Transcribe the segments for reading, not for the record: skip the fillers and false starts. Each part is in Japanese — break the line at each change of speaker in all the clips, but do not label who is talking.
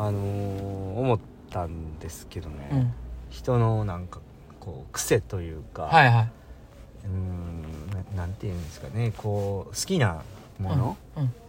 思ったんですけどね、
うん、
人のなんかこう癖というか、
はいはい、
なんていうんですかね、こう好きなもの
うんうん、
って、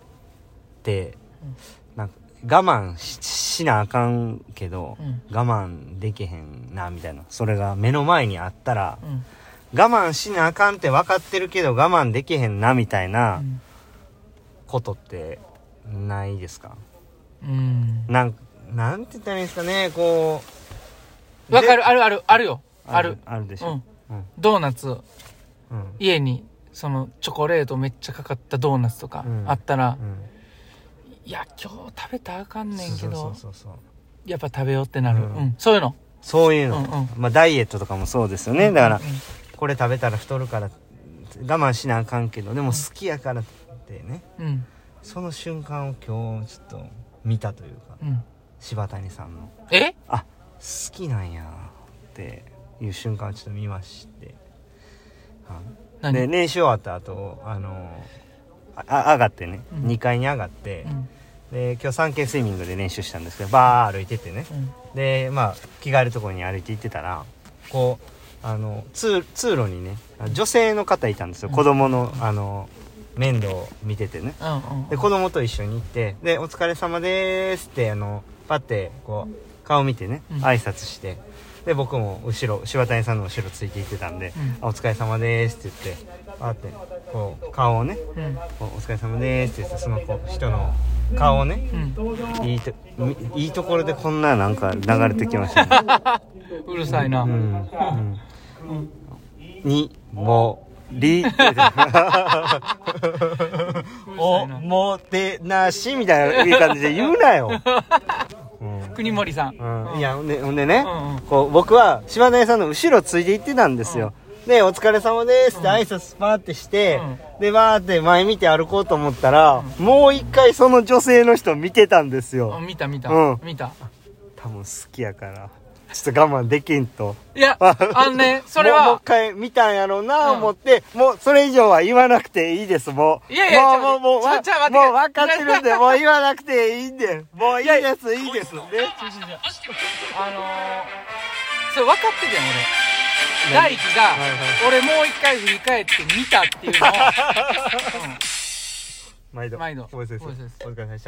なんか我慢 しなあかんけど、我慢できへんなみたいな、それが目の前にあったら、我慢しなあかんって分かってるけど我慢できへんなみたいなことってないですか？なんて言ったらいいんですかね、こう
わかる、あるよ、ある
でしょ、
ドーナツ、家にそのチョコレートめっちゃかかったドーナツとかあったら、いや今日食べたらあかんねんけど、やっぱ食べようってなる、そういうの、まあダイエットとかもそうですよね、だから、これ食べたら太るから我慢しなあかんけど、でも好きやからってね、その瞬間を今日ちょっと見たというか、柴谷さんの好きなんやっていう瞬間をちょっと見まして、で練習終わった後上がってね、2階に上がって、で今日産経スイミングで練習したんですけど、バー歩いててね、でまあ着替えるところに歩いて行ってたら、こう通路にね女性の方いたんですよ、子供の面倒を見ててね、で子供と一緒に行って、でお疲れ様ですってパッてこう顔見てね挨拶して、で僕も後ろ柴谷さんの後ろついていってたんで、お疲れ様ですって言ってパッてこう顔をね、お疲れ様ですって言って、その人の顔をね、いいところでこんななんか流れてきましたねうるさいな、
にもりおもてなしみたいな感じで言うなよ
国森さん、
いやほんでね、こう僕は柴谷さんの後ろついて行ってたんですよ、でお疲れ様ですって挨拶パーってして、でバーって前見て歩こうと思ったら、もう一回その女性の人見てたんですよ、
見た、多
分好きやからちょっと我慢できんと、
いやそれは
もう一回見たんやろうな思って、もうそれ以上は言わなくていいです、もう
いやいや
もう分かってるんでもう言わなくていいんで、もういいですね、
それ分かってるやん俺、大輝が俺もう一回振り返って見たっていうのを毎度
お疲れ様でした、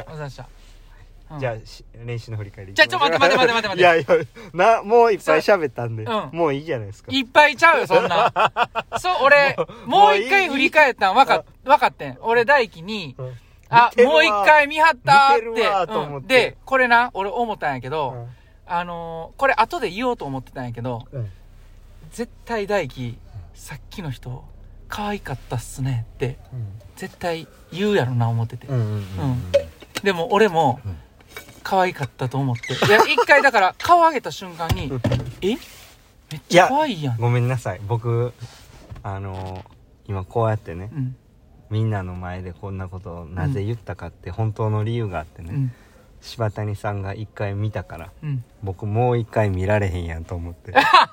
じゃあ練習の振り返り、
じゃあ待って
いやもういっぱい喋ったんで、もういいじゃないですか、
いっぱいちゃうよそんな俺もう一回振り返ったん分かってん、俺大輝に、もう一回見はったって、でこれな俺思ったんやけど、これ後で言おうと思ってたんやけど、絶対大輝さっきの人可愛かったっすねって、絶対言うやろな思ってて、でも俺も可愛かったと思って、いや一回だから顔上げた瞬間にめっちゃ可愛いやん。
ごめんなさい、僕今こうやってね、みんなの前でこんなことをなぜ言ったかって本当の理由があってね、柴谷さんが一回見たから、僕もう一回見られへんやんと思って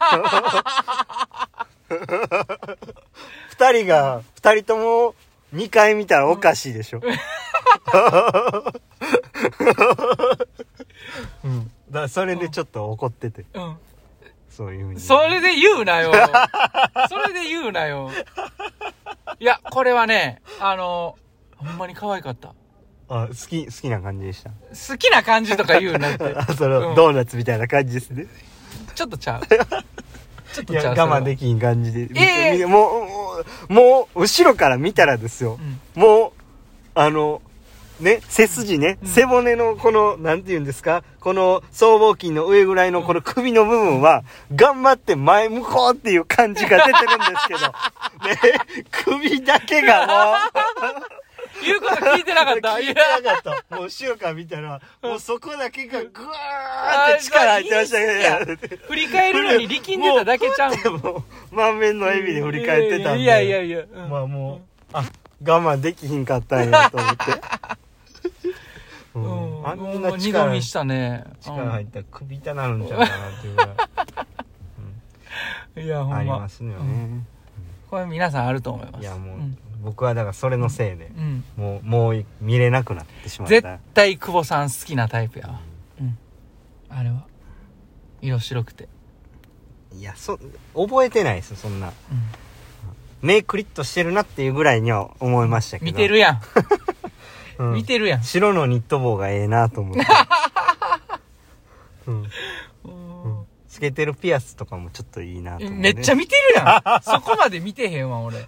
2人とも2回見たらおかしいでしょ、だからそれでちょっと怒ってて、そういう風に
それで言うなよいやこれはねほんまに可愛かった。
好きな感じでした。
好きな感じとか言うなって
ドーナツみたいな感じですね。
ちょっとちゃう
いや我慢できん感じで、もう後ろから見たらですよ、もうね、背筋ね、背骨のこのなんて言うんですか、この僧帽筋の上ぐらいのこの首の部分は頑張って前向こうっていう感じが出てるんですけどね、首だけがもう
言うこと聞いてなかった
もう後ろから見たらもうそこだけがグワーって力入ってましたけど、
振り返るのに力んでただけちゃう
もう満面の笑みで振り返ってたんで、
いや、
まあもう我慢できひんかったんやと思ってあんな
二度見したね、
力入ったら首痛なるんちゃうかなっていうぐらい、
いやほんま
ありますよね、
これ皆さんあると思います。
いやもう、僕はだからそれのせいで、もう見れなくなってしまった。
絶対久保さん好きなタイプやわ、 あれは色白くて。
いや覚えてないですそんな、目クリッとしてるなっていうぐらいには思いましたけど。
見てるやん、見てるやん。
白のニット帽がええなと思って、つけてるピアスとかもちょっといいなと思って、
めっちゃ見てるやんそこまで見てへんわ俺。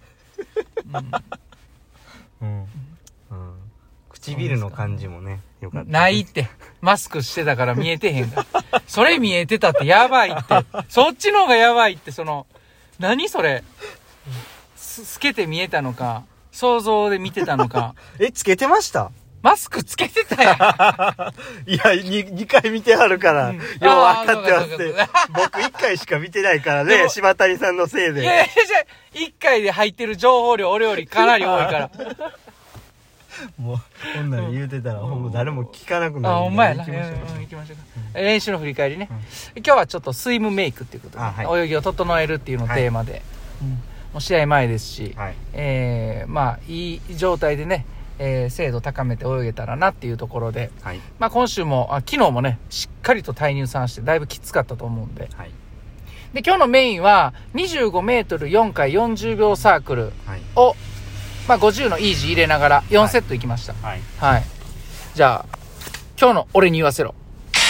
唇の感じもねよかった。
ないってマスクしてたから見えてへんからそれ見えてたってやばいって。そっちの方がやばいって。何それ、つけて見えたのか想像で見てたのか。
つけてました？
マスクつけてたやん。
いや 2回見てはるから、よう分かってますね。僕1回しか見てないからね、柴谷さんのせいで。
いや1回で入ってる情報量俺よりかなり多いから
もうこんなの言うてたらほん誰も聞かなくなる。
ほんまやな。行きましょうか。練習の振り返りね、今日はちょっとスイムメイクっていうことで、泳ぎを整えるっていうのをテーマで、もう試合前ですし、まあいい状態でね、精度高めて泳げたらなっていうところで、まあ今週も昨日もねしっかりと対入算してだいぶきつかったと思うんで、で今日のメインは 25m4 回40秒サークルを、まあ50のイージー入れながら4セットいきました。じゃあ今日の俺に言わせろ。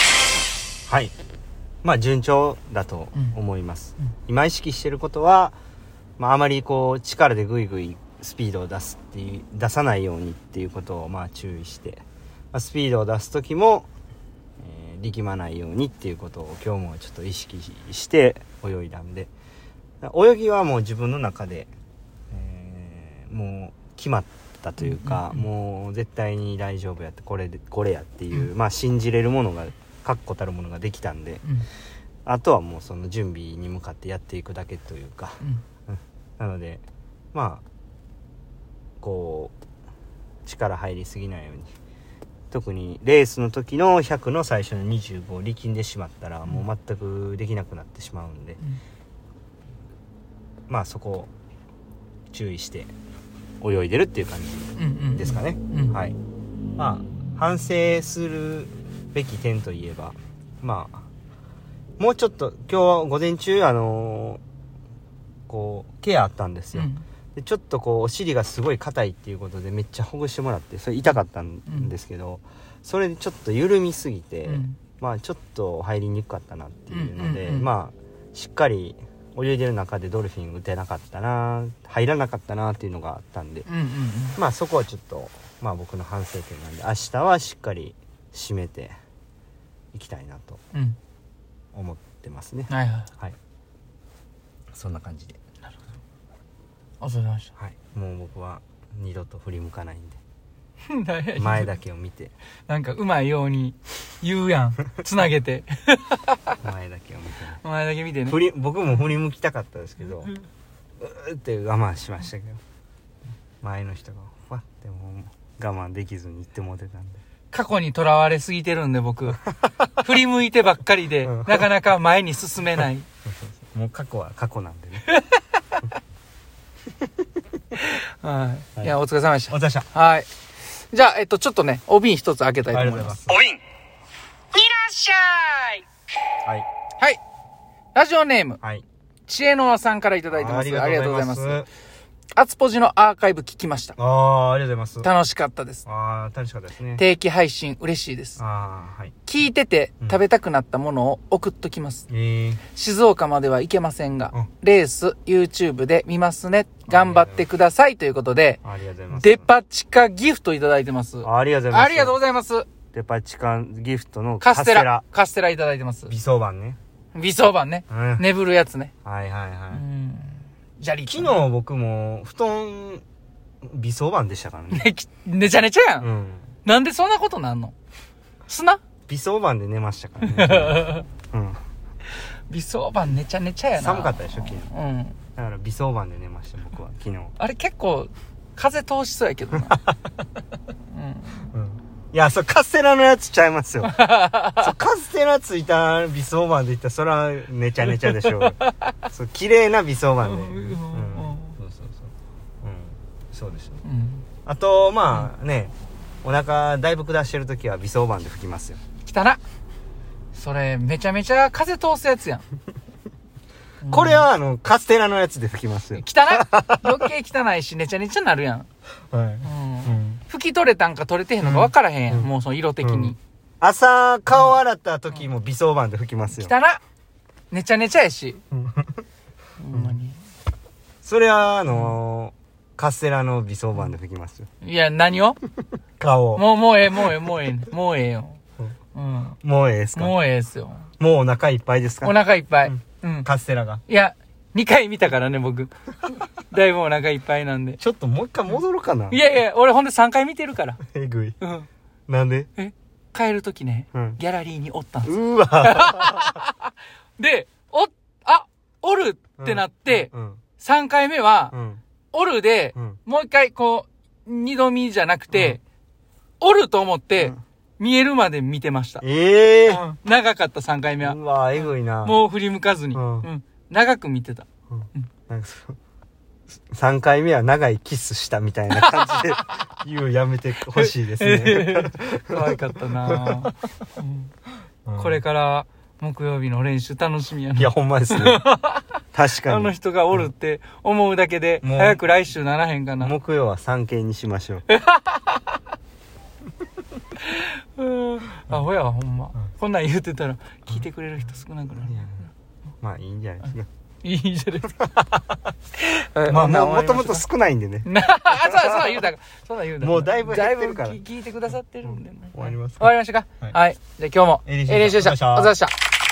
まあ順調だと思います、今意識してることは、まああまりこう力でグイグイスピードを出さないようにっていうことをまあ注意して、スピードを出す時も、力まないようにっていうことを今日もちょっと意識して泳いだんで、泳ぎはもう自分の中で、もう決まったというか、もう絶対に大丈夫やって、これやっていう、まあ信じれるものが確固たるものができたんで、あとはもうその準備に向かってやっていくだけというか、なのでまあこう力入りすぎないように、特にレースの時の100の最初の25を力んでしまったらもう全くできなくなってしまうんで、まあそこを注意して泳いでるっていう感じですかね。まあ反省するべき点といえば、まあもうちょっと今日午前中こうケアあったんですよ、でちょっとこうお尻がすごい硬いっていうことでめっちゃほぐしてもらって、それ痛かったんですけど、それでちょっと緩みすぎて、まあちょっと入りにくかったなっていうので、まあしっかり泳いでる中でドルフィン打てなかったな、入らなかったなっていうのがあったんで、まあそこはちょっとまあ僕の反省点なんで、明日はしっかり締めていきたいなと思ってますね。そんな感じで。
なるほど、ありがとうございました。
もう僕は二度と振り向かないんで前だけを見て
なんかうまいように言うやんつなげて
前だけを見て、
前だけ見てね。
僕も振り向きたかったですけどうーって我慢しましたけど、前の人がファッてもう我慢できずに行ってもうてたんで、
過去にとらわれすぎてるんで僕振り向いてばっかりでなかなか前に進めない
もう過去は過去なんでね
いやお疲れ様でした。
お疲れ様でした。
じゃあちょっとねお瓶一つ開けたいと思います。
お瓶いらっ
しゃい。ラジオネーム、知恵の輪さんからいただいてます。ありがとうございます。アツポジのアーカイブ聞きました。
ありがとうございます。
楽しかったです。
楽しかったですね。
定期配信嬉しいです。聞いてて食べたくなったものを送っときます。静岡までは行けませんが、レース YouTube で見ますね。頑張ってくださいということで、デパ地下ギフトいただいてます。
ありがとうございます。
ありがとうございます。
デパ地下ギフトの
カステラいただいてます。
微装版ね。
微装版ね。眠るやつね。
昨日僕も布団微装版でしたからね。
ねちゃねちゃやん。なんでそんなことなんの？砂？
微装版で寝ましたからね。
微装版ねちゃねちゃやな。
寒かったでしょ昨日。だから微装版で寝ました僕は昨日。
あれ結構風通しそうやけどな。
いや、カステラのやつちゃいますよ。カステラついた微装版で言ったらそれはねちゃねちゃでしょう。綺麗な微装版で。そうですよ。あとまあね、お腹だいぶ下してるときは微装版で拭きますよ。
汚っ。 それめちゃめちゃ風通すやつやん。
これはカステラのやつで拭きますよ。
汚い余計汚いし、ねちゃねちゃなるやん。
はい。
拭き取れたんか取れてへんのか分からへんやん。もうその色的に。
朝、顔洗った時も微走板で拭きますよ。
汚っねちゃねちゃやし。ほんまに。
それはカステラの微走板で拭きますよ。
いや、何を
顔。
もうええよ。
もうええっすか？
もうええっすよ。
もうお腹いっぱいですか？
お腹いっぱい。
カステラが。
いや、2回見たからね、僕。だいぶお腹いっぱいなんで。
ちょっともう一回戻ろうかな。
いや、俺ほんで3回見てるから。
えぐい。なんで？
帰るときね、ギャラリーにおったんですよ。
うわ
で、おるってなって、3回目は、おるで、もう一回こう、二度見じゃなくて、おると思って、見えるまで見てました。長かった3回目は。
うわえぐいな。
もう振り向かずに。長く見てた。
なんか3回目は長いキスしたみたいな感じで言うやめてほしいですね。
可愛かったなこれから木曜日の練習楽しみやな。
いやほんまですね。確かに。
あの人がおるって思うだけで、早く来週ならへんかな。
木曜は3件にしましょう。
アホやわほんま。こんなん言うてたら聞いてくれる人少なくなる。
まあいいんじゃないですか。
いいじゃないですか。
まあもともと少ないんでね。
そう言うた。
もうだいぶ減ってるから。
聞いてくださってるんでね。
終わりますか。
終わりましたか。はい。じゃあ今日も練習でした。お疲れ様でした。